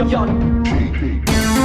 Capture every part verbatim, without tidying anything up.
young P.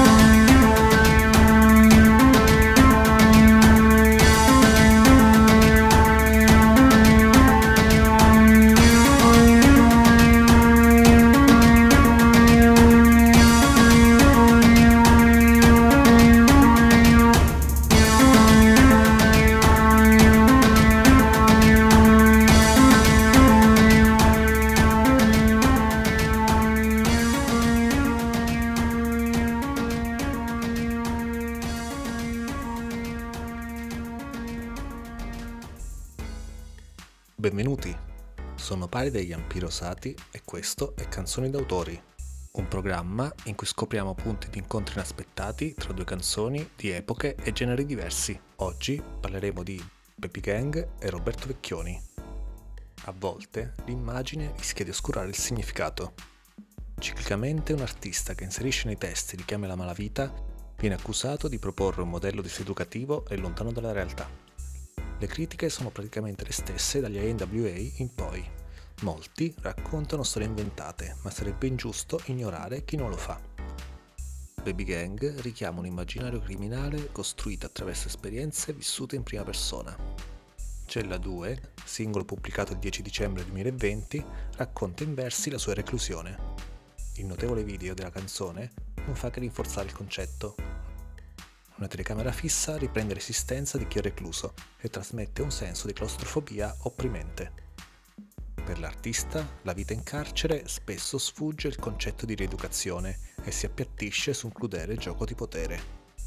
Benvenuti, sono Pari degli Ampi Rosati e questo è Canzoni d'autori, un programma in cui scopriamo punti di incontro inaspettati tra due canzoni di epoche e generi diversi. Oggi parleremo di Baby Gang e Roberto Vecchioni. A volte l'immagine rischia di oscurare il significato. Ciclicamente un artista che inserisce nei testi richiami alla malavita viene accusato di proporre un modello diseducativo e lontano dalla realtà. Le critiche sono praticamente le stesse dagli A N W A in poi. Molti raccontano storie inventate, ma sarebbe ingiusto ignorare chi non lo fa. Baby Gang richiama un immaginario criminale costruito attraverso esperienze vissute in prima persona. Cella due, singolo pubblicato il dieci dicembre duemilaventi, racconta in versi la sua reclusione. Il notevole video della canzone non fa che rinforzare il concetto. Una telecamera fissa riprende l'esistenza di chi è recluso e trasmette un senso di claustrofobia opprimente. Per l'artista, la vita in carcere spesso sfugge il concetto di rieducazione e si appiattisce su un crudele gioco di potere.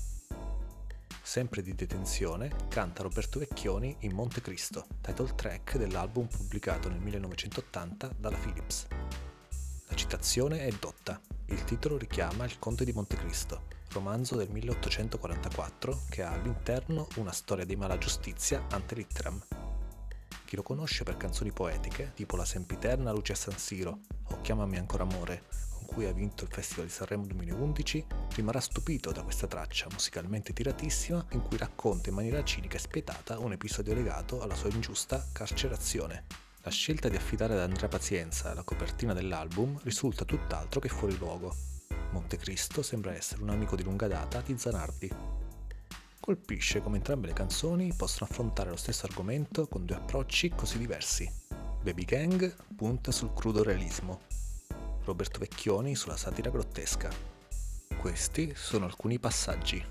Sempre di detenzione, canta Roberto Vecchioni in Monte Cristo, title track dell'album pubblicato nel millenovecentottanta dalla Philips. La citazione è dotta, il titolo richiama Il Conte di Montecristo, romanzo del milleottocentoquarantaquattro che ha all'interno una storia di mala giustizia ante litteram. Chi lo conosce per canzoni poetiche, tipo La sempiterna luce a San Siro o Chiamami ancora amore, con cui ha vinto il Festival di Sanremo duemilaundici, rimarrà stupito da questa traccia musicalmente tiratissima in cui racconta in maniera cinica e spietata un episodio legato alla sua ingiusta carcerazione. La scelta di affidare ad Andrea Pazienza la copertina dell'album risulta tutt'altro che fuori luogo. Montecristo sembra essere un amico di lunga data di Zanardi. Colpisce come entrambe le canzoni possono affrontare lo stesso argomento con due approcci così diversi. Baby Gang punta sul crudo realismo, Roberto Vecchioni sulla satira grottesca. Questi sono alcuni passaggi.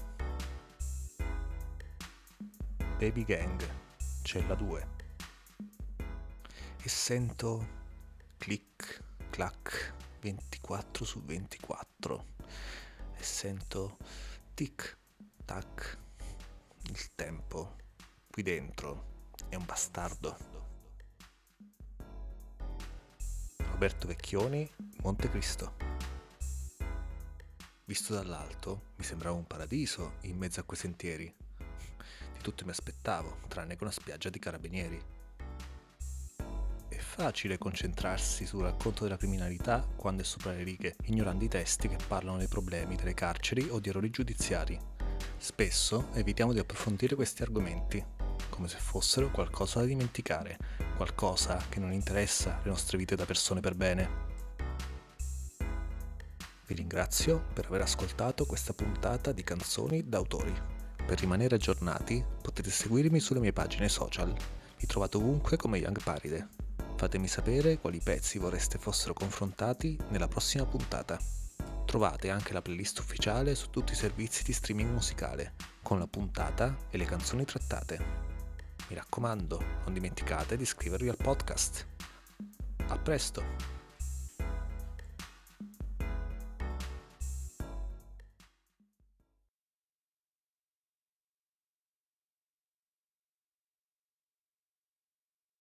Baby Gang, cella due. E sento clic, clac, ventiquattro su ventiquattro e sento tic tac, il tempo qui dentro è un bastardo. Roberto Vecchioni, Monte Cristo. Visto dall'alto mi sembrava un paradiso in mezzo a quei sentieri. Di tutto mi aspettavo, tranne che una spiaggia di carabinieri. È facile concentrarsi sul racconto della criminalità quando è sopra le righe, ignorando i testi che parlano dei problemi delle carceri o di errori giudiziari. Spesso evitiamo di approfondire questi argomenti, come se fossero qualcosa da dimenticare, qualcosa che non interessa le nostre vite da persone per bene. Vi ringrazio per aver ascoltato questa puntata di Canzoni d'autori. Per rimanere aggiornati potete seguirmi sulle mie pagine social. Mi trovate ovunque come Young Paride. Fatemi sapere quali pezzi vorreste fossero confrontati nella prossima puntata. Trovate anche la playlist ufficiale su tutti i servizi di streaming musicale, con la puntata e le canzoni trattate. Mi raccomando, non dimenticate di iscrivervi al podcast. A presto!